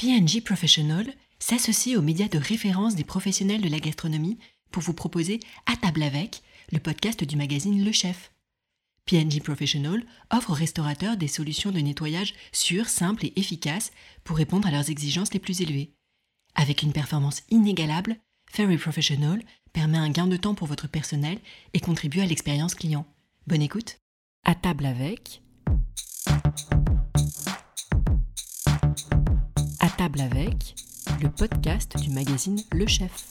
P&G Professional s'associe aux médias de référence des professionnels de la gastronomie pour vous proposer À table avec, le podcast du magazine Le Chef. P&G Professional offre aux restaurateurs des solutions de nettoyage sûres, simples et efficaces pour répondre à leurs exigences les plus élevées. Avec une performance inégalable, Fairy Professional permet un gain de temps pour votre personnel et contribue à l'expérience client. Bonne écoute. À table avec. À table avec, le podcast du magazine Le Chef.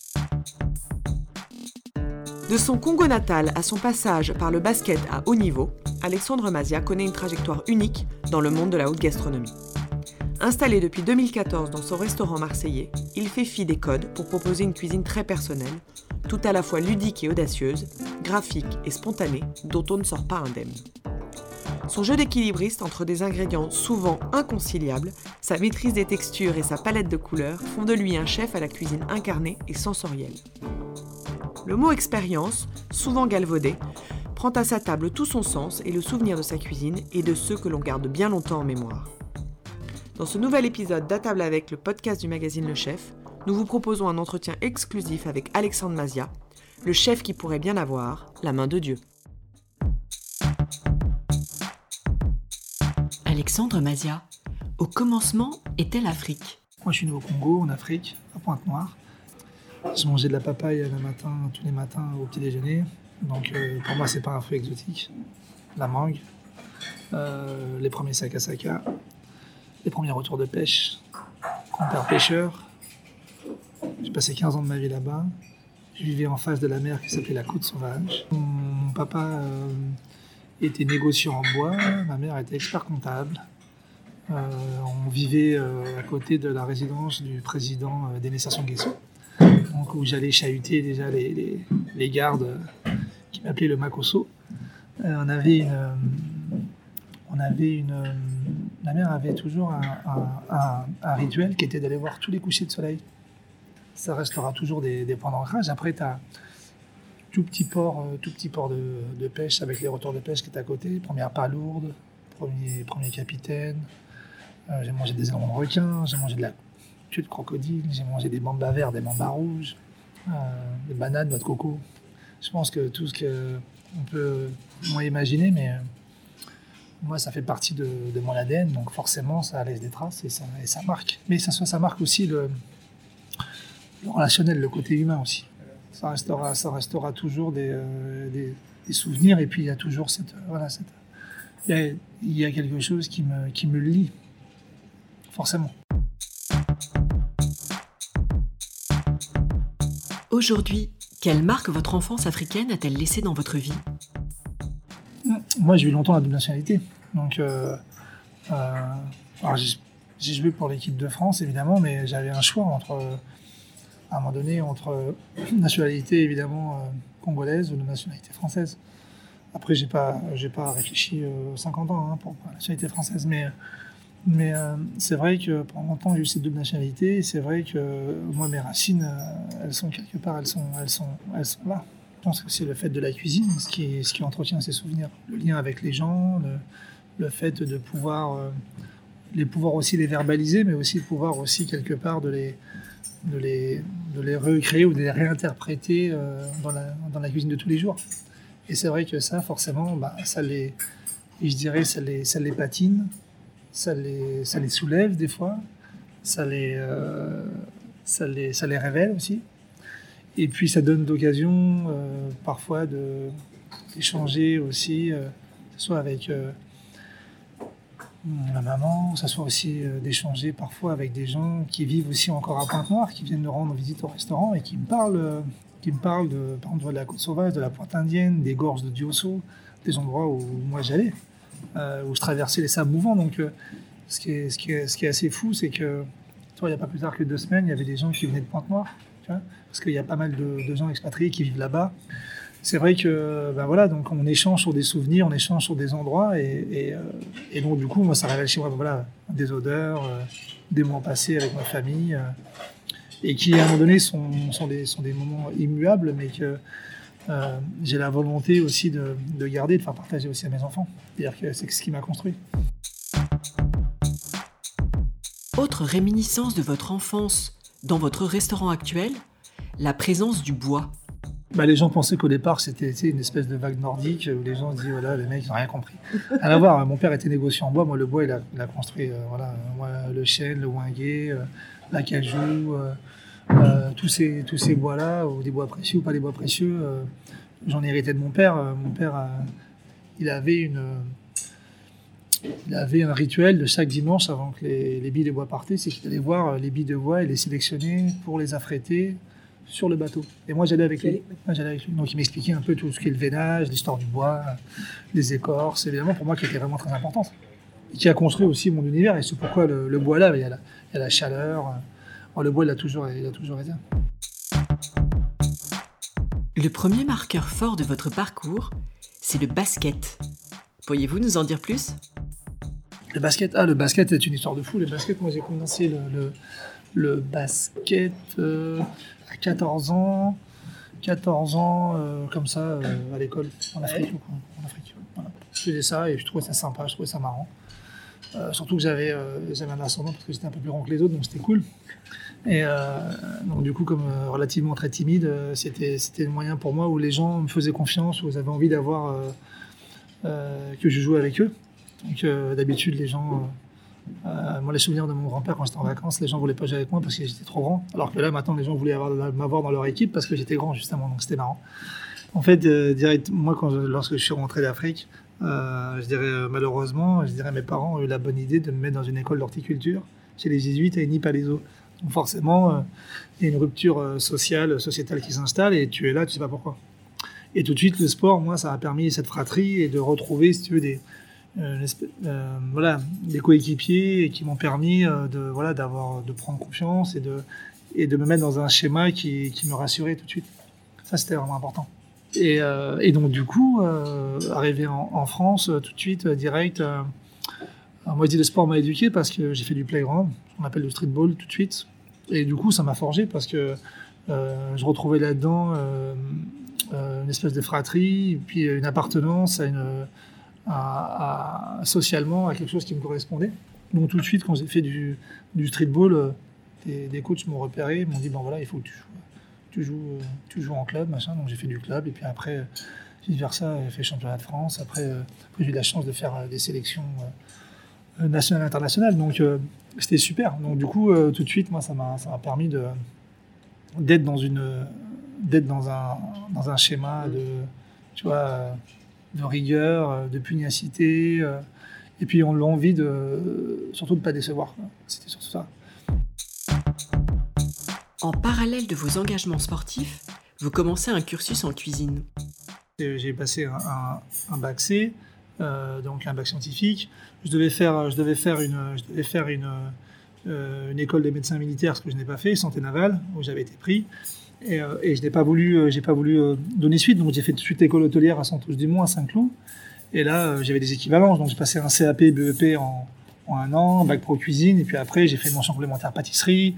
De son Congo natal à son passage par le basket à haut niveau, Alexandre Mazia connaît une trajectoire unique dans le monde de la haute gastronomie. Installé depuis 2014 dans son restaurant marseillais, il fait fi des codes pour proposer une cuisine très personnelle, tout à la fois ludique et audacieuse, graphique et spontanée, dont on ne sort pas indemne. Son jeu d'équilibriste entre des ingrédients souvent inconciliables, sa maîtrise des textures et sa palette de couleurs font de lui un chef à la cuisine incarnée et sensorielle. Le mot expérience, souvent galvaudé, prend à sa table tout son sens et le souvenir de sa cuisine et de ceux que l'on garde bien longtemps en mémoire. Dans ce nouvel épisode d'À table avec, le podcast du magazine Le Chef, nous vous proposons un entretien exclusif avec Alexandre Mazia, le chef qui pourrait bien avoir la main de Dieu. Alexandre Mazia, au commencement était l'Afrique. Moi, je suis né au Congo, en Afrique, à Pointe-Noire. Je mangeais de la papaye tous les matins au petit déjeuner. Donc, pour moi, c'est pas un fruit exotique. La mangue, les premiers saka, les premiers retours de pêche, grand-père pêcheur. J'ai passé 15 ans de ma vie là-bas. Je vivais en face de la mer qui s'appelait la Côte Sauvage. Mon papa était négociant en bois, ma mère était expert comptable. On vivait à côté de la résidence du président d'Aimé Sassou Nguesso, donc où j'allais chahuter déjà les gardes qui m'appelaient le Makosso. Ma mère avait toujours un rituel qui était d'aller voir tous les couchers de soleil. Ça restera toujours des points d'ancrage. Après, tu as tout petit port de pêche avec les retours de pêche qui est à côté. Première palourde, premier capitaine. J'ai mangé des ailerons de requin, j'ai mangé de la queue de crocodile, j'ai mangé des bambas verts, des bambas rouges, des bananes, noix de coco. Je pense que tout ce qu'on peut moins imaginer, mais moi, ça fait partie de mon ADN, donc forcément, ça laisse des traces et ça marque. Mais ça marque aussi le relationnel, le côté humain aussi. Ça restera toujours des souvenirs, et puis il y a toujours il y a quelque chose qui me lie, forcément. Aujourd'hui, quelle marque votre enfance africaine a-t-elle laissé dans votre vie ? Moi, j'ai eu longtemps la double nationalité. Donc, j'ai joué pour l'équipe de France, évidemment, mais j'avais un choix à un moment donné, entre nationalité, évidemment, congolaise ou nationalité française. Après, j'ai pas réfléchi 50 ans pour la nationalité française, mais c'est vrai que pendant longtemps, j'ai eu ces doubles nationalités, et c'est vrai que moi, mes racines, elles sont quelque part, elles sont là. Je pense que c'est le fait de la cuisine, ce qui entretient ces souvenirs. Le lien avec les gens, le fait de pouvoir aussi les verbaliser, mais aussi de pouvoir aussi quelque part de les recréer ou de les réinterpréter dans la cuisine de tous les jours. Et c'est vrai que ça, forcément, ça les patine, ça les soulève des fois, ça les révèle aussi. Et puis ça donne l'occasion parfois d'échanger aussi, que ce soit avec ma maman, que ce soit aussi d'échanger parfois avec des gens qui vivent aussi encore à Pointe-Noire, qui viennent nous rendre visite au restaurant et qui me parlent par exemple, de la Côte Sauvage, de la Pointe Indienne, des gorges de Diosso, des endroits où moi j'allais, où je traversais les sables mouvants. Donc ce qui est assez fou, c'est que il n'y a pas plus tard que 2 semaines, il y avait des gens qui venaient de Pointe-Noire, tu vois, parce qu'il y a pas mal de gens expatriés qui vivent là-bas. C'est vrai que donc on échange sur des souvenirs, on échange sur des endroits, et donc du coup, moi, ça révèle chez moi des odeurs, des moments passés avec ma famille, et qui à un moment donné sont des moments immuables, mais que j'ai la volonté aussi de garder, de faire partager aussi à mes enfants. C'est-à-dire que c'est ce qui m'a construit. Autre réminiscence de votre enfance dans votre restaurant actuel, la présence du bois. Les gens pensaient qu'au départ, c'était une espèce de vague nordique où les gens se disaient, voilà, les mecs, ils n'ont rien compris. Rien à voir, mon père était négociant en bois. Moi, le bois, il a construit le chêne, le wingé, l'acajou, tous ces bois-là, ou des bois précieux ou pas des bois précieux. J'en ai hérité de mon père. Mon père, il avait un rituel de chaque dimanche avant que les billes de bois partaient, c'est qu'il allait voir les billes de bois et les sélectionner pour les affréter sur le bateau. Et moi, j'allais avec lui. Donc, il m'expliquait un peu tout ce qu'est le veinage, l'histoire du bois, les écorces, évidemment, pour moi, qui était vraiment très importante. Et qui a construit aussi mon univers. Et c'est pourquoi le bois, là, il y a la chaleur. Le bois, il a toujours été. Le premier marqueur fort de votre parcours, c'est le basket. Pourriez-vous nous en dire plus ? Le basket est une histoire de fou. Le basket, moi, j'ai commencé le basket à 14 ans, comme ça, à l'école, en Afrique. Voilà. Je faisais ça et je trouvais ça sympa, je trouvais ça marrant. Surtout que j'avais un ascendant parce que j'étais un peu plus grand que les autres, donc c'était cool. Et donc du coup, comme relativement très timide, c'était le moyen pour moi où les gens me faisaient confiance, où ils avaient envie d'avoir que je jouais avec eux. Donc d'habitude, les gens... moi, les souvenirs de mon grand-père quand j'étais en vacances, les gens ne voulaient pas jouer avec moi parce que j'étais trop grand. Alors que là, maintenant, les gens voulaient m'avoir dans leur équipe parce que j'étais grand, justement. Donc, c'était marrant. En fait, moi, lorsque je suis rentré d'Afrique, je dirais malheureusement, mes parents ont eu la bonne idée de me mettre dans une école d'horticulture chez les jésuites à Enni-Palaiseau. Donc, forcément, il y a une rupture sociétale qui s'installe et tu es là, tu ne sais pas pourquoi. Et tout de suite, le sport, moi, ça a permis cette fratrie et de retrouver, si tu veux, des coéquipiers qui m'ont permis de prendre confiance et de me mettre dans un schéma qui me rassurait tout de suite. Ça, c'était vraiment important. Et donc, du coup, arrivé en France, tout de suite, direct, moi, je dis le sport m'a éduqué parce que j'ai fait du playground, ce qu'on appelle le streetball, tout de suite. Et du coup, ça m'a forgé parce que je retrouvais là-dedans une espèce de fratrie, et puis une appartenance socialement à quelque chose qui me correspondait. Donc tout de suite, quand j'ai fait du streetball, des coachs m'ont repéré, m'ont dit bon voilà, il faut que tu joues en club, machin. Donc j'ai fait du club et puis après, vice versa, j'ai fait championnat de France. Après j'ai eu la chance de faire des sélections nationales, internationales. Donc c'était super. Donc du coup, tout de suite, moi ça m'a permis d'être dans un schéma de rigueur, de pugnacité, et puis on a envie surtout de ne pas décevoir. C'était surtout ça. En parallèle de vos engagements sportifs, vous commencez un cursus en cuisine. J'ai passé un bac C, donc un bac scientifique. Je devais faire une école des médecins militaires, ce que je n'ai pas fait, santé navale, où j'avais été pris. Et je n'ai pas voulu donner suite, donc j'ai fait tout de suite école hôtelière à Saint-Ours-du-Mont, à Saint-Cloud. Et là, j'avais des équivalences, donc j'ai passé un CAP, BEP en 1 an, bac pro cuisine, et puis après j'ai fait une mention complémentaire pâtisserie,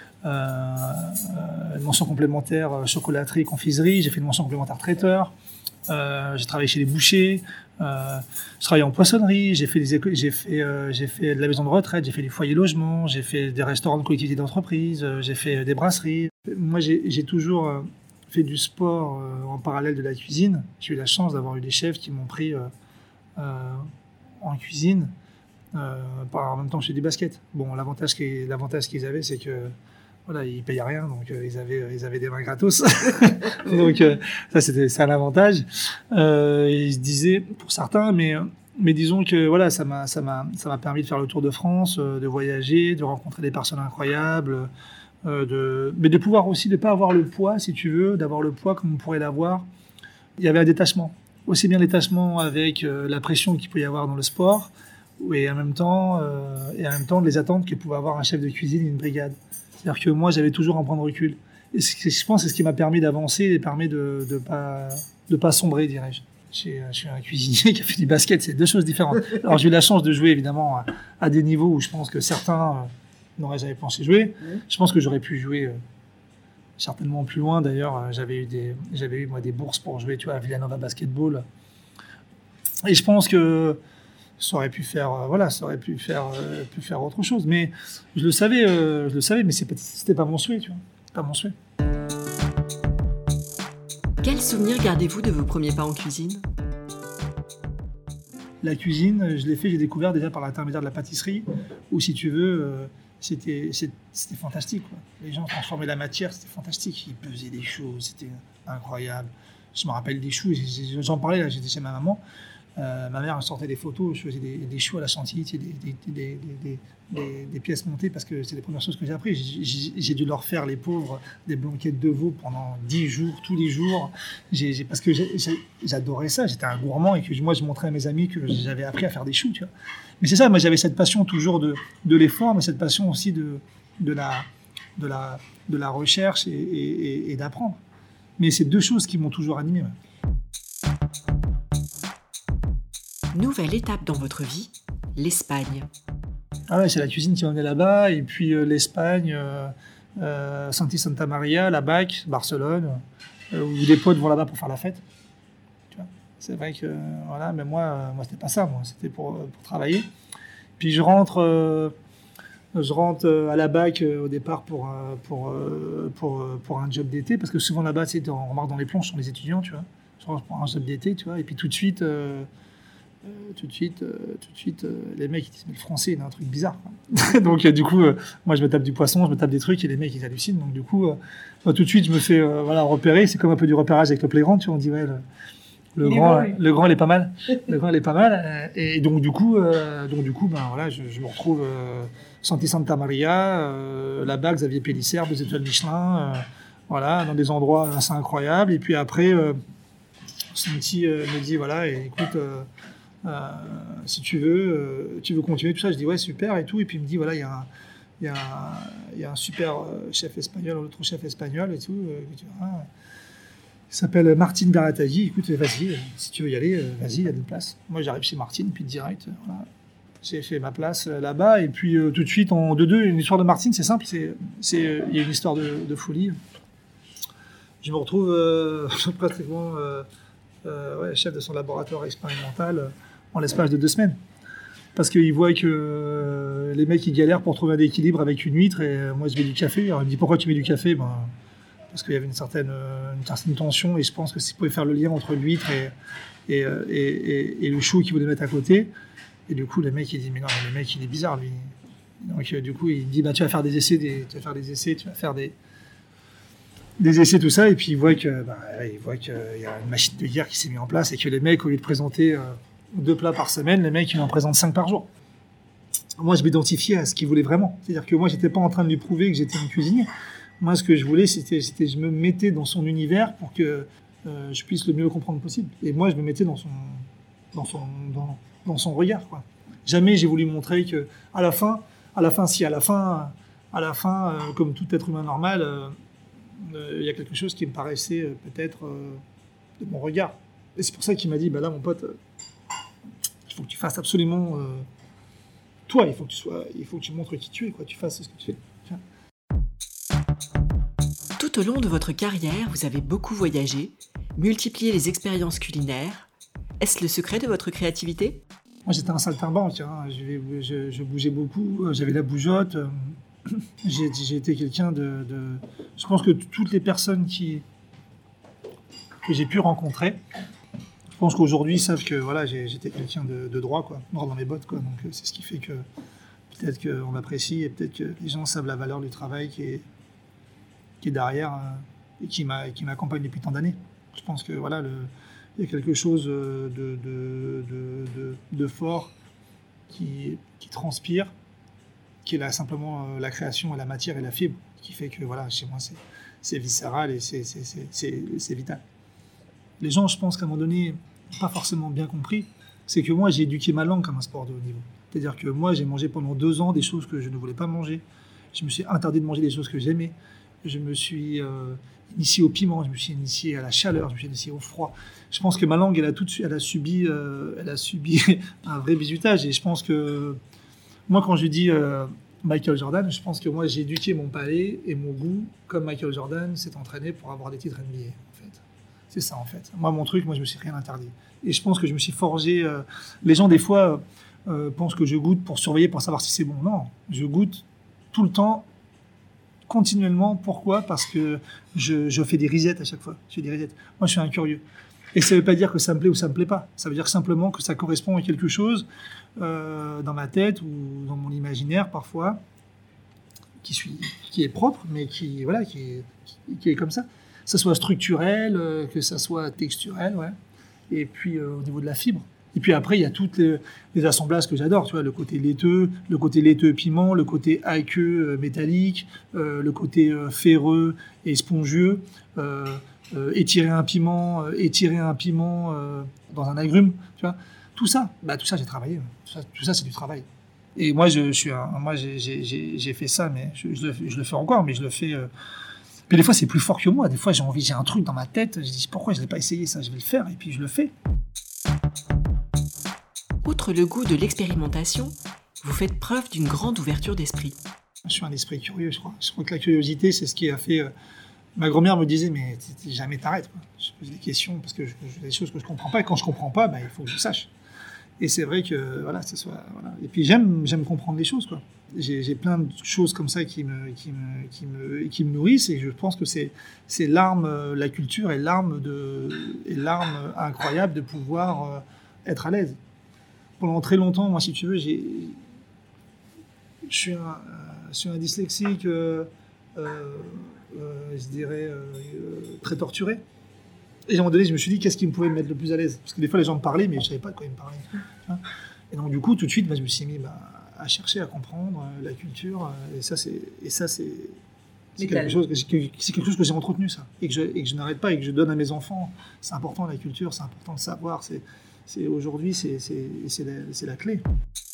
une mention complémentaire chocolaterie, confiserie, j'ai fait une mention complémentaire traiteur, j'ai travaillé chez les bouchers, je travaillais en poissonnerie, j'ai fait de la maison de retraite, j'ai fait du foyer logement, j'ai fait des restaurants de collectivité d'entreprise, j'ai fait des brasseries. Moi, j'ai toujours fait du sport en parallèle de la cuisine. J'ai eu la chance d'avoir eu des chefs qui m'ont pris en cuisine. En même temps, je fais du basket. Bon, l'avantage qu'ils avaient, c'est que voilà, ils payaient rien, donc ils avaient des mains gratos. Donc ça, c'est un avantage. Ils se disaient, pour certains, mais disons que voilà, ça m'a permis de faire le tour de France, de voyager, de rencontrer des personnes incroyables. Mais de pouvoir aussi ne pas avoir le poids, si tu veux, d'avoir le poids comme on pourrait l'avoir. Il y avait un détachement, aussi bien détachement avec la pression qu'il peut y avoir dans le sport, et en même temps les attentes que pouvait avoir un chef de cuisine et une brigade. C'est-à-dire que moi, j'avais toujours un point de recul. Et je pense que c'est ce qui m'a permis d'avancer et permis de pas sombrer, dirais-je. Je suis un cuisinier qui a fait du basket, c'est 2 choses différentes. Alors j'ai eu la chance de jouer évidemment à des niveaux où je pense que certains n'aurais jamais pensé jouer. Je pense que j'aurais pu jouer certainement plus loin. D'ailleurs, j'avais eu moi des bourses pour jouer, tu vois, à Villanova Basketball. Et je pense que ça aurait pu faire, pu faire autre chose. Mais je le savais, mais c'était pas mon souhait, tu vois. Pas mon souhait. Quel souvenir gardez-vous de vos premiers pas en cuisine ? La cuisine, j'ai découvert déjà par l'intermédiaire de la pâtisserie, où si tu veux, c'était fantastique, quoi. Les gens transformaient la matière, c'était fantastique. Ils pesaient des choses, c'était incroyable. Je me rappelle des choux, j'en parlais, là, j'étais chez ma maman. Ma mère sortait des photos, je faisais des choux à la chantilly, des pièces montées, parce que c'est les premières choses que j'ai appris. J'ai dû leur faire, les pauvres, des blanquettes de veau pendant 10 jours, tous les jours. Parce que j'adorais ça, j'étais un gourmand, et que moi je montrais à mes amis que j'avais appris à faire des choux, tu vois. Mais c'est ça, moi j'avais cette passion toujours de l'effort, mais cette passion aussi de la recherche et d'apprendre. Mais c'est deux choses qui m'ont toujours animé. Ouais. Nouvelle étape dans votre vie, l'Espagne. Ah ouais, c'est la cuisine qui m'a emmené là-bas, et puis l'Espagne, Santi Santa Maria, la BAC, Barcelone, où des potes vont là-bas pour faire la fête. Tu vois, c'est vrai que, voilà, mais moi c'était pas ça, moi, c'était pour travailler. Puis je rentre à la BAC au départ pour un job d'été, parce que souvent là-bas, tu sais, on remarque dans les plans, ce sont les étudiants, tu vois. Je rentre pour un job d'été, tu vois, et puis tout de suite, les mecs ils disent mais le français il a un truc bizarre, quoi. Donc du coup moi je me tape du poisson, je me tape des trucs, et les mecs ils hallucinent. Donc du coup tout de suite je me fais repérer. C'est comme un peu du repérage avec le playground, tu vois. On dit ouais, le grand il est pas mal, le grand il est pas mal, et donc du coup ben voilà, je me retrouve Santi Santa Maria, la BAC, Xavier Pélissère, 2 étoiles Michelin, voilà, dans des endroits assez incroyables. Et puis après Santi me dit voilà, et écoute, si tu veux continuer tout ça. Je dis ouais, super et tout. Et puis il me dit voilà, il y a un super chef espagnol, un autre chef espagnol et tout, il s'appelle Martin Beratagui. Écoute, vas-y, si tu veux y aller, vas-y, il y a des places. Moi j'arrive chez Martin, puis direct, voilà, j'ai fait ma place là-bas. Et puis tout de suite en 2-2, une histoire de Martin, c'est simple, il y a une histoire de folie. Je me retrouve pratiquement chef de son laboratoire expérimental en l'espace de 2 semaines. Parce qu'il voit que les mecs ils galèrent pour trouver un équilibre avec une huître, et moi je mets du café. Alors il me dit pourquoi tu mets du café? Parce qu'il y avait une certaine tension, et je pense que s'il pouvait faire le lien entre l'huître et le chou qu'il voulait mettre à côté. Et du coup le mec il dit mais non, le mec il est bizarre lui. Donc du coup il dit bah tu vas faire des essais, tu vas faire des essais, tout ça. Et puis il voit qu'il y a une machine de guerre qui s'est mise en place, et que les mecs, au lieu de présenter 2 plats par semaine, les mecs ils en présentent 5 par jour. Moi je m'identifiais à ce qu'ils voulaient vraiment, c'est-à-dire que moi j'étais pas en train de lui prouver que j'étais un cuisinier. Moi ce que je voulais c'était je me mettais dans son univers pour que je puisse le mieux le comprendre possible, et moi je me mettais dans son regard, quoi. Jamais j'ai voulu montrer que à la fin comme tout être humain normal, il y a quelque chose qui me paraissait peut-être de mon regard. Et c'est pour ça qu'il m'a dit bah là mon pote, il faut que tu fasses absolument toi, il faut que tu montres qui tu es, quoi. Tu fasses ce que tu fais. Tiens. Tout au long de votre carrière, vous avez beaucoup voyagé, multiplié les expériences culinaires. Est-ce le secret de votre créativité ? Moi j'étais un saltimbanque, hein. Je bougeais beaucoup, j'avais la bougeotte. J'ai été quelqu'un de... Je pense que toutes les personnes que j'ai pu rencontrer, je pense qu'aujourd'hui ils savent que voilà, j'étais quelqu'un de droit, quoi, droit dans mes bottes, quoi. Donc c'est ce qui fait que peut-être qu'on m'apprécie, et peut-être que les gens savent la valeur du travail qui est derrière, et qui m'accompagne depuis tant d'années. Je pense que voilà, il y a quelque chose de fort qui transpire, qui est là simplement la création et la matière et la fibre, qui fait que voilà, chez moi c'est viscéral et c'est vital. Les gens, je pense qu'à un moment donné, n'ont pas forcément bien compris, c'est que moi j'ai éduqué ma langue comme un sport de haut niveau. C'est-à-dire que moi j'ai mangé pendant 2 ans des choses que je ne voulais pas manger, je me suis interdit de manger des choses que j'aimais, je me suis initié au piment, je me suis initié à la chaleur, je me suis initié au froid. Je pense que ma langue elle a subi un vrai bizutage, et je pense que moi, quand je dis Michael Jordan, je pense que moi, j'ai éduqué mon palais et mon goût comme Michael Jordan s'est entraîné pour avoir des titres NBA, en fait. C'est ça, en fait. Moi, mon truc, je me suis rien interdit. Et je pense que je me suis forgé... les gens, des fois, pensent que je goûte pour surveiller, pour savoir si c'est bon. Non, je goûte tout le temps, continuellement. Pourquoi ? Parce que je fais des resets à chaque fois. Je fais des resets. Moi, je suis un curieux. Et ça ne veut pas dire que ça me plaît ou ça ne me plaît pas. Ça veut dire simplement que ça correspond à quelque chose dans ma tête ou dans mon imaginaire, parfois, qui est propre, mais qui est comme ça. Que ça soit structurel, que ça soit texturel, ouais. Et puis au niveau de la fibre. Et puis après, il y a toutes les assemblages que j'adore, tu vois, le côté laiteux piment, le côté aqueux métallique, le côté ferreux et spongieux, étirer un piment dans un agrume, tu vois. Tout ça, j'ai travaillé. Tout ça, c'est du travail. Et moi, j'ai fait ça, mais je le fais encore, mais je le fais. Puis des fois, c'est plus fort que moi. Des fois, j'ai un truc dans ma tête. Je dis pourquoi je l'ai pas essayé ça, je vais le faire, et puis je le fais. Outre le goût de l'expérimentation, vous faites preuve d'une grande ouverture d'esprit. Je suis un esprit curieux, je crois. Je crois que la curiosité, c'est ce qui a fait... Ma grand-mère me disait, mais jamais t'arrêtes, quoi. Je pose des questions parce que j'ai des choses que je comprends pas. Et quand je comprends pas, il faut que je sache. Et c'est vrai que, voilà. Et puis j'aime comprendre les choses, quoi. J'ai plein de choses comme ça qui me nourrissent, et je pense que c'est l'arme, la culture est l'arme incroyable de pouvoir être à l'aise. Pendant très longtemps, moi, si tu veux, je suis un dyslexique, je dirais, très torturé. Et à un moment donné, je me suis dit, qu'est-ce qui me pouvait me mettre le plus à l'aise ? Parce que des fois, les gens me parlaient, mais je ne savais pas de quoi ils me parlaient. Et donc, du coup, tout de suite, je me suis mis à chercher, à comprendre la culture. Et ça, c'est quelque chose que j'ai entretenu, ça. Et que je n'arrête pas, et que je donne à mes enfants. C'est important, la culture, c'est important de savoir. Aujourd'hui, c'est la clé.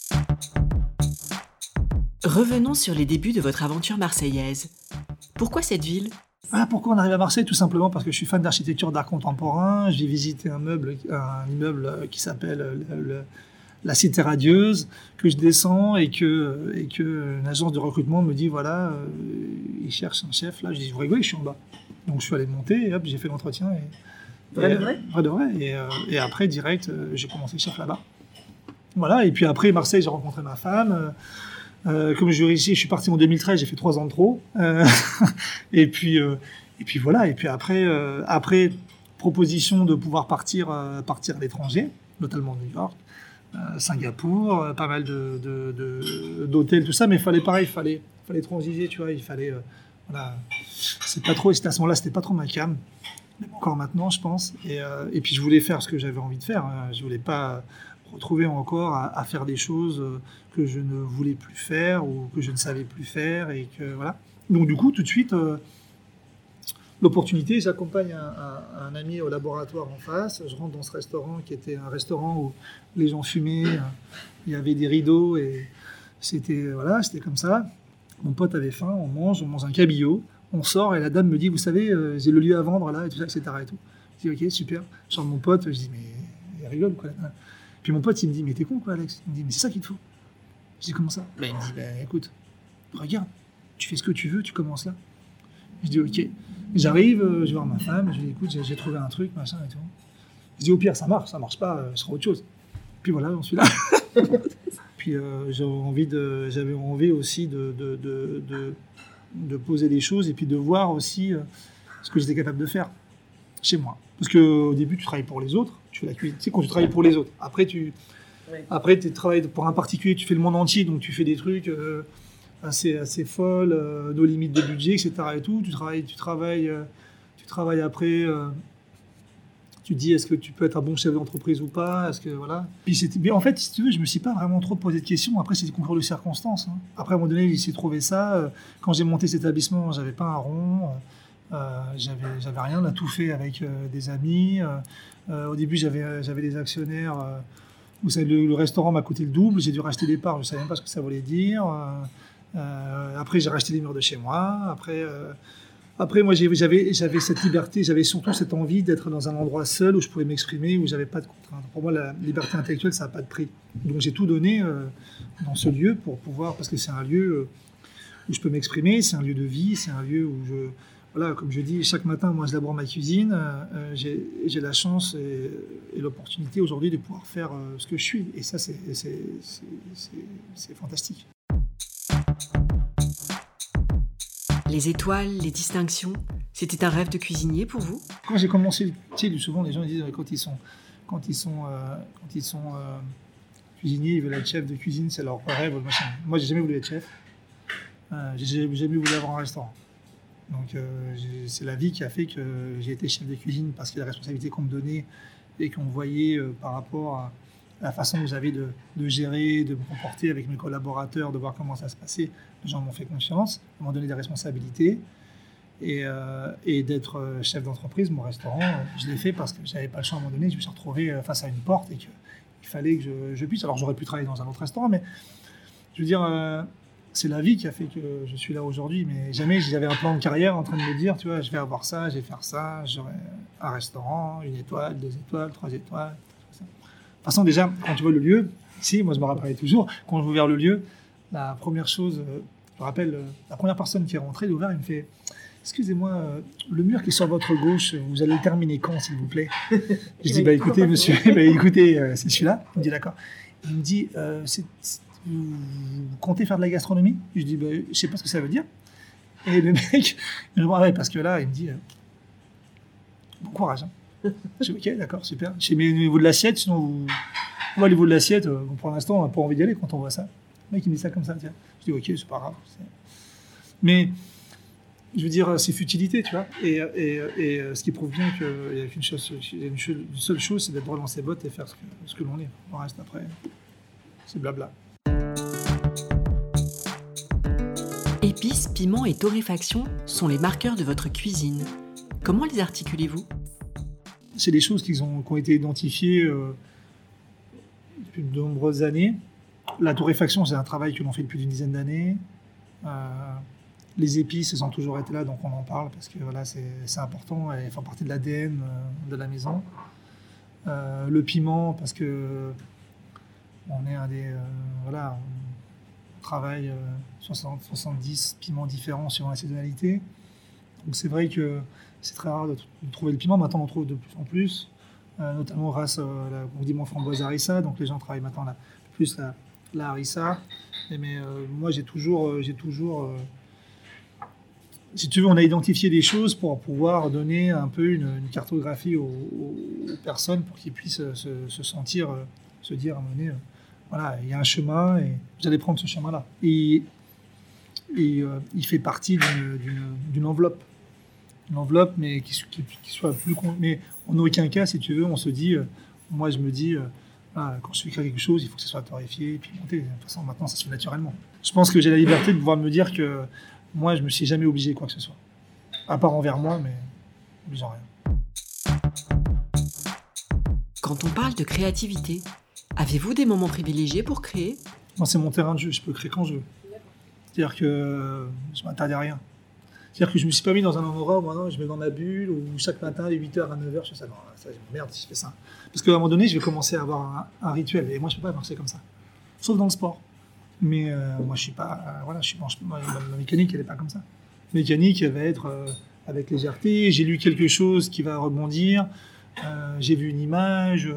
Revenons sur les débuts de votre aventure marseillaise. Pourquoi cette ville ? Pourquoi on arrive à Marseille ? Tout simplement parce que je suis fan d'architecture, d'art contemporain. J'ai visité un immeuble qui s'appelle la Cité Radieuse, que je descends, et que une agence de recrutement me dit, voilà, ils cherchent un chef. Là, je dis, vous rigolez, je suis en bas. Donc je suis allé monter, et hop, j'ai fait l'entretien. Vrai de vrai ? Vrai de vrai. Et après, direct, j'ai commencé chef là-bas. Voilà, et puis après, Marseille, j'ai rencontré ma femme. Comme je suis parti en 2013, j'ai fait 3 ans de trop. Et puis voilà. Et puis après proposition de pouvoir partir à l'étranger, notamment New York, Singapour, pas mal d'hôtels, tout ça. Mais il fallait transiger, tu vois. Il fallait, voilà. À ce moment-là, c'était pas trop ma came. Même encore maintenant, je pense. Et puis je voulais faire ce que j'avais envie de faire. Je voulais pas retrouver encore à faire des choses que je ne voulais plus faire ou que je ne savais plus faire, et que voilà. Donc du coup, tout de suite, l'opportunité, j'accompagne un ami au laboratoire en face. Je rentre dans ce restaurant qui était un restaurant où les gens fumaient, il y avait des rideaux, et c'était comme ça. Mon pote avait faim, on mange un cabillaud, on sort, et la dame me dit, vous savez, j'ai le lieu à vendre là, et tout ça, etc. Et tout. Je dis, ok, super. Je sors de mon pote, je dis, mais il rigole, quoi. Puis mon pote, il me dit, mais t'es con, quoi, Alex ? Il me dit, mais c'est ça qu'il te faut. Je dis, comment ça ? Il me dit, écoute, regarde, tu fais ce que tu veux, tu commences là. Je dis, ok. J'arrive, je vais voir ma femme, je lui dis, écoute, j'ai trouvé un truc, machin et tout. Je dis, au pire, ça marche pas, ce sera autre chose. Puis voilà, j'en suis là. Puis j'avais envie aussi de poser des choses, et puis de voir aussi ce que j'étais capable de faire chez moi. Parce qu'au début, tu travailles pour les autres, tu fais la cuisine. Tu sais, quand tu travailles pour les autres, après, tu travailles pour un particulier, tu fais le monde entier, donc tu fais des trucs assez folles, nos limites de budget, etc. et tout. Tu travailles après. Tu te dis, est-ce que tu peux être un bon chef d'entreprise ou pas ? Est-ce que voilà. Mais en fait, si tu veux, je me suis pas vraiment trop posé de questions. Après, c'est des concours de circonstances. Après, à un moment donné, j'ai essayé de trouver ça. Quand j'ai monté cet établissement, j'avais pas un rond. J'avais rien, on a tout fait avec des amis. Au début, j'avais des actionnaires. Vous savez, le restaurant m'a coûté le double. J'ai dû racheter des parts, je ne savais même pas ce que ça voulait dire. Après, j'ai racheté les murs de chez moi. Après, moi, j'avais cette liberté, j'avais surtout cette envie d'être dans un endroit seul où je pouvais m'exprimer, où j'avais pas de contraintes. Pour moi, la liberté intellectuelle, ça n'a pas de prix. Donc, j'ai tout donné dans ce lieu pour pouvoir, parce que c'est un lieu où je peux m'exprimer, c'est un lieu de vie, c'est un lieu où voilà, comme je dis, chaque matin, moi, je labore ma cuisine. J'ai la chance et l'opportunité aujourd'hui de pouvoir faire ce que je suis. Et ça, c'est fantastique. Les étoiles, les distinctions, c'était un rêve de cuisinier pour vous? Quand j'ai commencé, tu sais, souvent les gens disent quand ils sont cuisiniers, ils veulent être chef de cuisine, c'est leur rêve. Moi, j'ai jamais voulu être chef. J'ai jamais voulu avoir un restaurant. Donc, c'est la vie qui a fait que j'ai été chef de cuisine parce que la responsabilité qu'on me donnait et qu'on voyait par rapport à la façon que j'avais de gérer, de me comporter avec mes collaborateurs, de voir comment ça se passait. Les gens m'ont fait confiance, m'ont donné des responsabilités. Et d'être chef d'entreprise, mon restaurant, je l'ai fait parce que je n'avais pas le choix à un moment donné. Je me suis retrouvé face à une porte et qu'il fallait que je puisse. Alors, j'aurais pu travailler dans un autre restaurant, mais je veux dire, c'est la vie qui a fait que je suis là aujourd'hui. Mais jamais j'avais un plan de carrière en train de me dire, tu vois, je vais avoir ça, je vais faire ça, j'aurai un restaurant, 1 étoile, 2 étoiles, 3 étoiles. De toute façon, déjà, quand tu vois le lieu, ici, moi je me rappellerai toujours, quand j'ai ouvert le lieu, la première chose, je me rappelle, la première personne qui est rentrée, il a ouvert, il me fait « Excusez-moi, le mur qui est sur votre gauche, vous allez le terminer quand, s'il vous plaît ?» Je dis « Écoutez, monsieur, écoutez, c'est celui-là. » Il me dit « D'accord. » Il me dit vous comptez faire de la gastronomie? Je dis je ne sais pas ce que ça veut dire. Et le mec, je me rappelle, parce que là, il me dit bon courage. Hein. Je dis ok, d'accord, super. Je dis mais au niveau de l'assiette, sinon au niveau de l'assiette, pour l'instant, on n'a pas envie d'y aller quand on voit ça. Le mec, il me dit ça comme ça, tiens. Je dis ok, c'est pas grave. Mais je veux dire, c'est futilité, tu vois. Et ce qui prouve bien qu'il n'y a qu'une chose, une seule chose, c'est d'être droit dans ses bottes et faire ce que l'on est. Le reste après, c'est blabla. Épices, piments et torréfaction sont les marqueurs de votre cuisine. Comment les articulez-vous? C'est des choses qui ont été identifiées depuis de nombreuses années. La torréfaction, c'est un travail que l'on fait depuis une dizaine d'années. Les épices, elles ont toujours été là, donc on en parle parce que voilà, c'est important, elles font partie de l'ADN de la maison. Le piment, parce que on est un des... voilà, on travaille 70 piments différents selon la saisonnalité. Donc c'est vrai que c'est très rare de trouver le piment. Maintenant, on en trouve de plus en plus, notamment grâce à la condiment framboise harissa. Donc les gens travaillent maintenant plus la harissa. Mais moi, j'ai toujours si tu veux, on a identifié des choses pour pouvoir donner un peu une cartographie aux personnes pour qu'ils puissent se sentir, se dire à un moment donné, voilà, il y a un chemin et vous allez prendre ce chemin-là. Et il fait partie d'une enveloppe. Une enveloppe, mais qui soit plus... Mais en aucun cas, si tu veux, on se dit... moi, je me dis, quand je fais quelque chose, il faut que ce soit torréfié, pimenté. De toute façon, maintenant, ça se fait naturellement. Je pense que j'ai la liberté de pouvoir me dire que moi, je ne me suis jamais obligé quoi que ce soit. À part envers moi, mais obligeant rien. Quand on parle de créativité, avez-vous des moments privilégiés pour créer? Moi, c'est mon terrain de jeu, je peux créer quand je veux. C'est-à-dire que je ne m'interdis à rien. C'est-à-dire que je ne me suis pas mis dans un endroit où maintenant je me mets dans ma bulle, où chaque matin, de 8h à 9h, je fais ça. Non, ça, merde si je fais ça. Parce qu'à un moment donné, je vais commencer à avoir un rituel. Et moi, je ne peux pas avancer comme ça. Sauf dans le sport. Mais moi, je ne suis pas... ma mécanique, elle n'est pas comme ça. Ma mécanique, elle va être avec légèreté. J'ai lu quelque chose qui va rebondir. J'ai vu une image.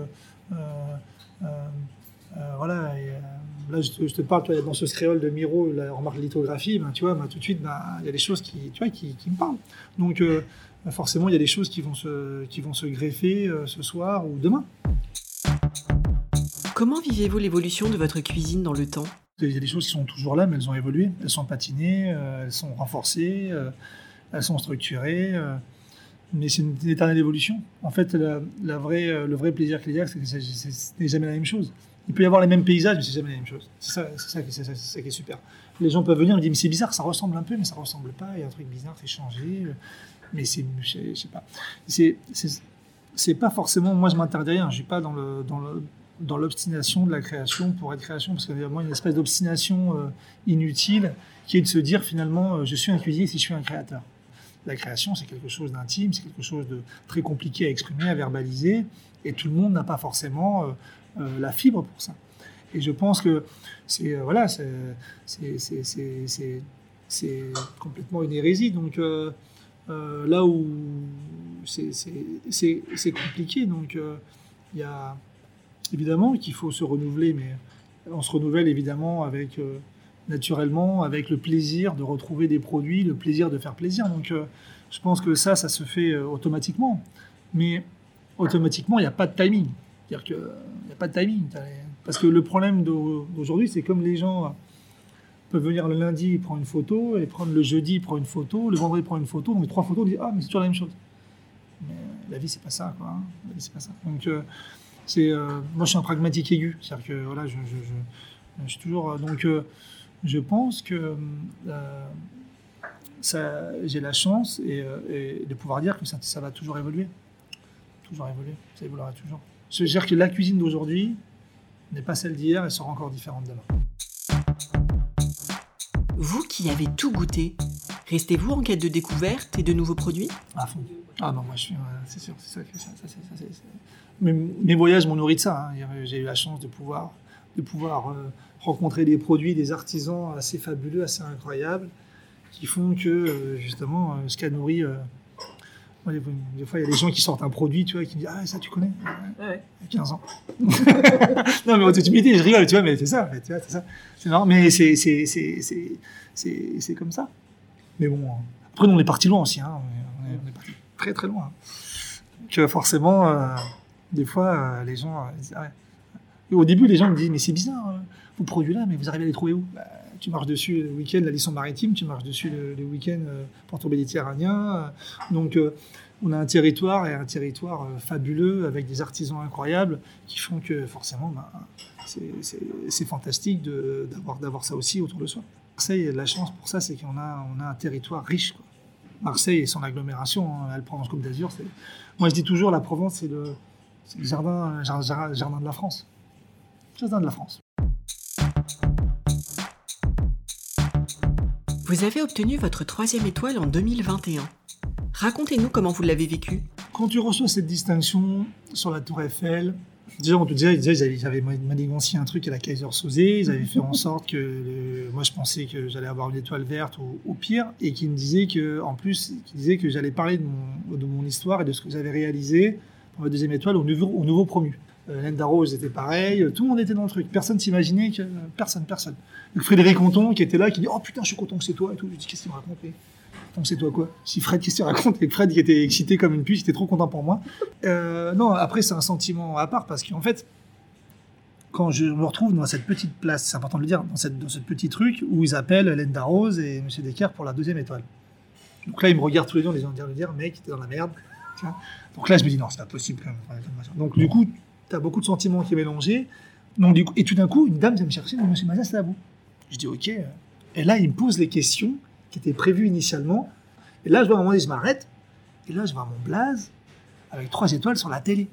Voilà. Et, là, je te parle, toi, dans ce créole de Miro, la remarque de lithographie, ben, tu vois, tout de suite, il y a des choses qui me parlent. Donc, forcément, il y a des choses qui vont se greffer ce soir ou demain. Comment vivez-vous l'évolution de votre cuisine dans le temps? Il y a des choses qui sont toujours là, mais elles ont évolué. Elles sont patinées, elles sont renforcées, elles sont structurées. Mais c'est une éternelle évolution. En fait, le vrai plaisir qu'il y a, c'est que ce n'est jamais la même chose. Il peut y avoir les mêmes paysages, mais c'est jamais la même chose. C'est ça qui est super. Les gens peuvent venir et me dire, mais c'est bizarre, ça ressemble un peu, mais ça ressemble pas. Il y a un truc bizarre, c'est changé. Mais je sais pas. C'est pas forcément. Moi, je m'interdis rien. Je suis pas dans l'obstination de la création pour être création, parce qu'il y a une espèce d'obstination inutile qui est de se dire finalement, je suis un cuisinier si je suis un créateur. La création, c'est quelque chose d'intime, c'est quelque chose de très compliqué à exprimer, à verbaliser, et tout le monde n'a pas forcément la fibre pour ça. Et je pense que c'est complètement une hérésie. Donc là où c'est compliqué. Donc, il y a évidemment qu'il faut se renouveler, mais on se renouvelle évidemment naturellement, avec le plaisir de retrouver des produits, le plaisir de faire plaisir. Donc, je pense que ça se fait automatiquement. Mais automatiquement, il n'y a pas de timing. C'est-à-dire qu'il n'y a pas de timing. Parce que le problème d'aujourd'hui, c'est comme les gens peuvent venir le lundi, prendre une photo, et prendre le jeudi, prendre une photo, le vendredi, prendre une photo, on met 3 photos, on dit « Ah, mais c'est toujours la même chose ». Mais la vie, c'est pas ça, quoi. La vie, c'est pas ça. Donc, moi, je suis un pragmatique aigu. C'est-à-dire que, voilà, je suis toujours... Donc, je pense que j'ai la chance et de pouvoir dire que ça va toujours évoluer. Toujours évoluer. Ça évoluera toujours. Je veux dire que la cuisine d'aujourd'hui n'est pas celle d'hier, elle sera encore différente demain. Vous qui avez tout goûté, restez-vous en quête de découverte et de nouveaux produits ? À fond. Ah non, moi je suis... c'est sûr, c'est ça. Mes voyages m'ont nourri de ça. Hein. J'ai eu la chance de pouvoir rencontrer des produits, des artisans assez fabuleux, assez incroyables, qui font que, justement, ce qui a nourri... des fois, il y a des gens qui sortent un produit, tu vois, qui me disent « Ah, ça, tu connais ?» Ouais. Il y a 15 ans. Non, mais en toute humilité, je rigole, tu vois, mais c'est ça, en fait, tu vois, c'est ça. C'est marrant, mais c'est comme ça. Mais bon, après, nous, on est parti loin aussi, hein. On est parti très, très loin. Donc, forcément, des fois, les gens disent « Ah ouais. » Et au début, les gens me disent « Mais c'est bizarre, vos produits-là, mais vous arrivez à les trouver où ?» Tu marches dessus le week-end, la Lisson maritime, tu marches dessus le week-end, Porto méditerranéen. Donc, on a un territoire fabuleux avec des artisans incroyables qui font que forcément, c'est fantastique d'avoir ça aussi autour de soi. Marseille, la chance pour ça, c'est qu'on a un territoire riche, quoi. Marseille et son agglomération, hein, la Provence-Côte d'Azur. Moi, je dis toujours, la Provence, c'est le jardin de la France. Jardin de la France. Vous avez obtenu votre 3e étoile en 2021. Racontez-nous comment vous l'avez vécu. Quand tu reçois cette distinction sur la Tour Eiffel, déjà, on te disait, ils avaient manigancé un truc à la Kaiser-Soze, ils avaient fait en sorte que, moi je pensais que j'allais avoir une étoile verte au pire, et qui me disait que j'allais parler de mon histoire et de ce que j'avais réalisé pour ma 2e étoile au nouveau promu. Linda Rose était pareil, tout le monde était dans le truc. Personne s'imaginait que... Personne. Donc Frédéric Conton qui était là, qui dit « Oh putain, je suis content que c'est toi » et tout. Je dis « Qu'est-ce qu'il me raconte ? Donc c'est toi quoi ? Si Fred, qu'est-ce qu'il raconte ? Et Fred qui était excité comme une puce, il était trop content pour moi. Non, après c'est un sentiment à part, parce qu'en fait, quand je me retrouve dans cette petite place, c'est important de le dire, dans ce petit truc où ils appellent Linda Rose et M. Decker pour la 2e étoile. Donc là, ils me regardent tous les deux en disant « Mec, t'es dans la merde. » Donc là, je me dis « Non, c'est pas possible quand même. » Donc du coup, t'as beaucoup de sentiments qui est mélangés. Donc, et tout d'un coup, une dame vient me chercher, mais monsieur Mazas, c'est à vous. Je dis ok. Et là, il me pose les questions qui étaient prévues initialement. Et là, je vois à un moment donné, je m'arrête. Et là, je vois mon blaze avec 3 étoiles sur la télé.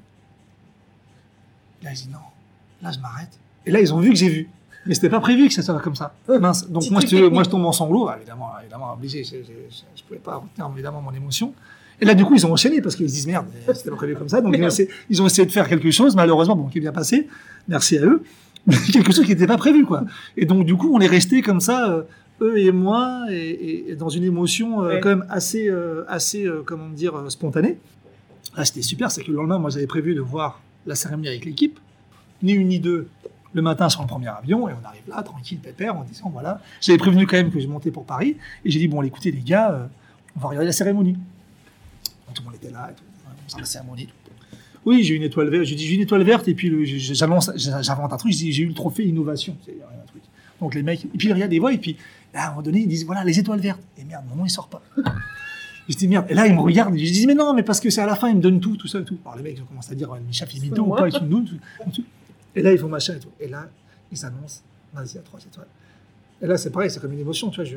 Et là, je dis non. Là, je m'arrête. Et là, ils ont vu que j'ai vu. Mais c'était pas prévu que ça soit comme ça. Mince. Donc moi, je tombe en sanglots. Évidemment, obligé. Je pouvais pas retenir évidemment mon émotion. Et là, du coup, ils ont enchaîné parce qu'ils se disent merde, c'était pas prévu comme ça. Donc ils ont essayé de faire quelque chose, malheureusement, bon, qui est bien passé. Merci à eux. Mais quelque chose qui n'était pas prévu, quoi. Et donc, du coup, on est restés comme ça, eux et moi, et dans une émotion quand même assez comment dire, spontanée. Là, c'était super, c'est que le lendemain, moi, j'avais prévu de voir la cérémonie avec l'équipe, ni une ni deux, le matin sur le premier avion, et on arrive là, tranquille, pépère, en disant, voilà. J'avais prévenu quand même que je montais pour Paris, et j'ai dit, bon, écoutez, les gars, on va regarder la cérémonie. Donc, tout le monde était là, et tout, on faisait la cérémonie, tout. Oui, j'ai une étoile verte. Je dis j'ai une étoile verte et puis j'invente un truc. Je dis j'ai eu le trophée innovation. C'est un truc. Donc les mecs, et puis ils regardent les voix et puis là, à un moment donné ils disent voilà les étoiles vertes. Et merde, mon nom il sort pas. Je dis merde. Et là ils me regardent. Et je dis mais non, mais parce que c'est à la fin ils me donnent tout ça et tout. Alors les mecs ils commencent à dire Micha fait mytho ou pas, ils sont nous. Et là ils font machin et tout. Et là ils annoncent vas-y à 3 étoiles. Et là c'est pareil, c'est comme une émotion, tu vois.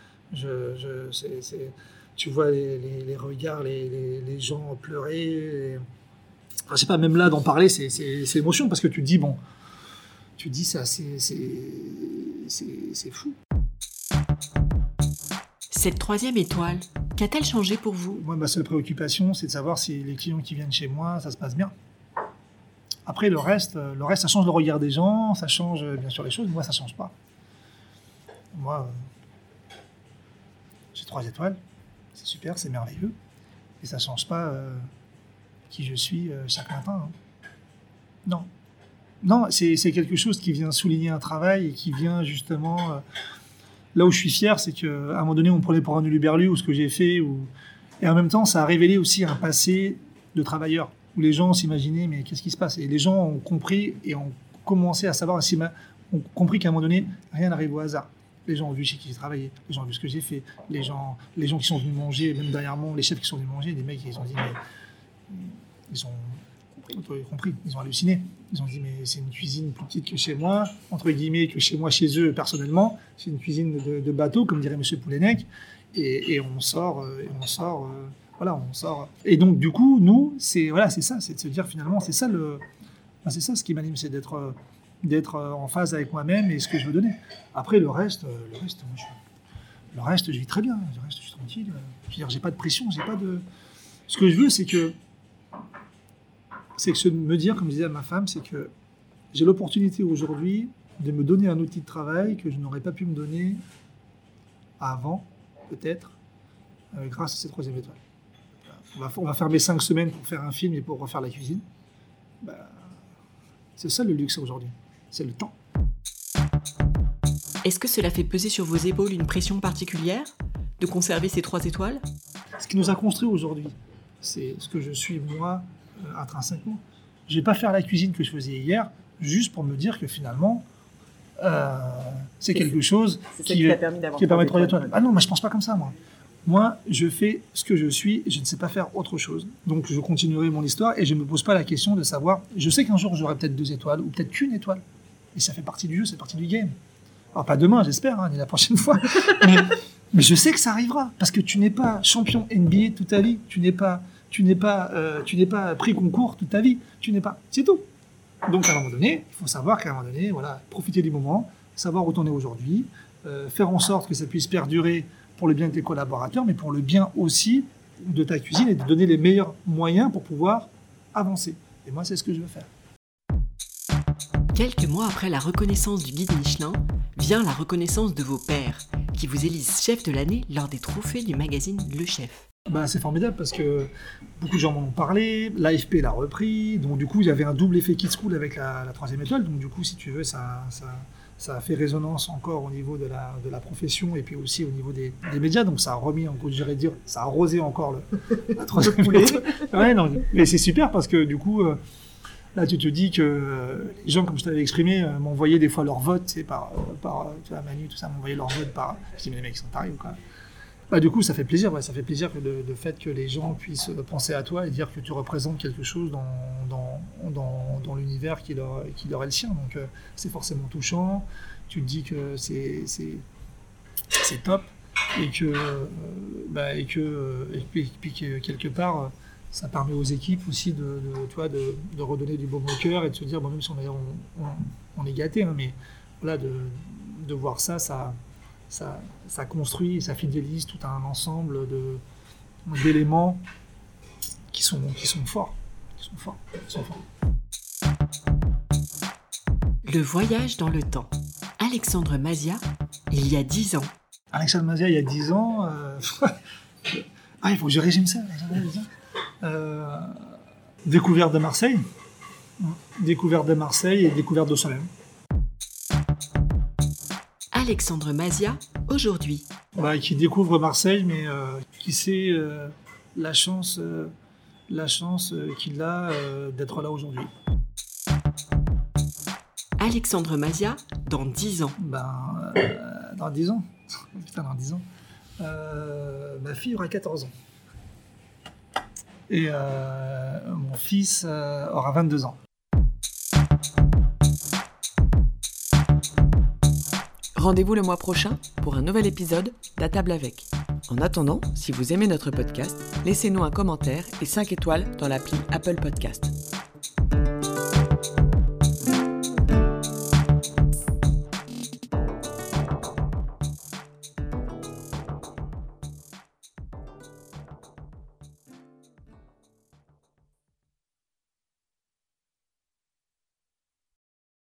Tu vois les regards, les gens pleurer. Enfin, je sais pas, même là d'en parler, c'est émotion parce que tu te dis ça, c'est fou. Cette 3e étoile, qu'a-t-elle changé pour vous ? Moi, ma seule préoccupation, c'est de savoir si les clients qui viennent chez moi, ça se passe bien. Après, le reste, ça change le regard des gens, ça change bien sûr les choses. Moi, ça change pas. Moi, j'ai 3 étoiles. c'est super, c'est merveilleux. Et ça ne change pas qui je suis chaque matin. Non. Non, c'est quelque chose qui vient souligner un travail et qui vient justement... là où je suis fier, c'est qu'à un moment donné, on me prenait pour un huluberlu ou ce que j'ai fait. Et en même temps, ça a révélé aussi un passé de travailleur où les gens s'imaginaient, mais qu'est-ce qui se passe? Et les gens ont compris et ont commencé à savoir, ont compris qu'à un moment donné, rien n'arrive au hasard. Les gens ont vu chez qui j'ai travaillé, les gens ont vu ce que j'ai fait, les gens qui sont venus manger, même derrière moi, les chefs qui sont venus manger, des mecs, ils ont dit, mais ils ont compris, ils ont halluciné. Ils ont dit, mais c'est une cuisine plus petite que chez moi, entre guillemets, que chez moi, chez eux, personnellement. C'est une cuisine de bateau, comme dirait M. Poulenec. Et on sort, voilà, on sort. Et donc, du coup, nous, c'est ça, c'est de se dire, finalement, c'est ça ce qui m'anime, c'est d'être en phase avec moi-même et ce que je veux donner. Après, le reste, je vis très bien. Le reste, je suis tranquille. Je veux dire, j'ai pas de pression, j'ai pas de... Ce que je veux, c'est que me dire, comme je disais à ma femme, c'est que j'ai l'opportunité aujourd'hui de me donner un outil de travail que je n'aurais pas pu me donner avant, peut-être, grâce à cette 3e étoile. On va fermer 5 semaines pour faire un film et pour refaire la cuisine. C'est ça le luxe aujourd'hui, c'est le temps. Est-ce que cela fait peser sur vos épaules une pression particulière de conserver ces 3 étoiles? Ce qui nous a construit aujourd'hui, c'est ce que je suis moi, intrinsèquement. Je ne vais pas faire la cuisine que je faisais hier juste pour me dire que finalement c'est quelque chose qui permet 3 étoiles. Ah non, mais je ne pense pas comme ça, moi. Moi, je fais ce que je suis et je ne sais pas faire autre chose. Donc je continuerai mon histoire et je ne me pose pas la question de savoir, je sais qu'un jour j'aurai peut-être 2 étoiles ou peut-être qu'une étoile. Et ça fait partie du jeu, c'est partie du game. Alors pas demain, j'espère, ni la prochaine fois. mais je sais que ça arrivera parce que tu n'es pas champion NBA toute ta vie, tu n'es pas prix concours toute ta vie, c'est tout. Donc à un moment donné, il faut savoir qu'à un moment donné, voilà, profiter du moment, savoir où tu en es aujourd'hui, faire en sorte que ça puisse perdurer pour le bien de tes collaborateurs, mais pour le bien aussi de ta cuisine et de donner les meilleurs moyens pour pouvoir avancer. Et moi, c'est ce que je veux faire. Quelques mois après la reconnaissance du guide Michelin, vient la reconnaissance de vos pairs, qui vous élisent chef de l'année lors des trophées du magazine Le Chef. C'est formidable parce que beaucoup de gens m'en ont parlé, l'AFP l'a repris, donc du coup, il y avait un double effet Kids School avec la 3e étoile, donc du coup, si tu veux, ça a fait résonance encore au niveau de la profession et puis aussi au niveau des médias, donc ça a remis, j'irais dire, ça a arrosé encore la 3e étoile. Ouais, non, mais c'est super parce que du coup, là tu te dis que les gens, comme je t'avais exprimé, m'envoyaient des fois leur vote, par tu vois, Manu, tout ça, m'envoyaient leur vote par... Je dis, mais les mecs, ils sont tarés ou quoi? Du coup, ça fait plaisir, ça fait plaisir que le fait que les gens puissent penser à toi et dire que tu représentes quelque chose dans l'univers qui leur est le sien. Donc, c'est forcément touchant. Tu te dis que c'est top et que quelque part, ça permet aux équipes aussi de redonner du baume au cœur et de se dire, même si on est gâté, hein, mais voilà, de voir ça construit et ça fidélise tout un ensemble d'éléments qui sont forts. Le voyage dans le temps. Alexandre Mazia, il y a 10 ans. Alexandre Mazia, il y a 10 ans... il faut que je résume ça. Découverte de Marseille. Découverte de Marseille et découverte de soi-même. Alexandre Mazia, aujourd'hui. Qui découvre Marseille, mais qui sait la chance qu'il a d'être là aujourd'hui. Alexandre Mazia, dans 10 ans. Dans 10 ans. Putain, dans 10 ans. Ma fille aura 14 ans. Et mon fils aura 22 ans. Rendez-vous le mois prochain pour un nouvel épisode d'À table avec. En attendant, si vous aimez notre podcast, laissez-nous un commentaire et 5 étoiles dans l'appli Apple Podcast.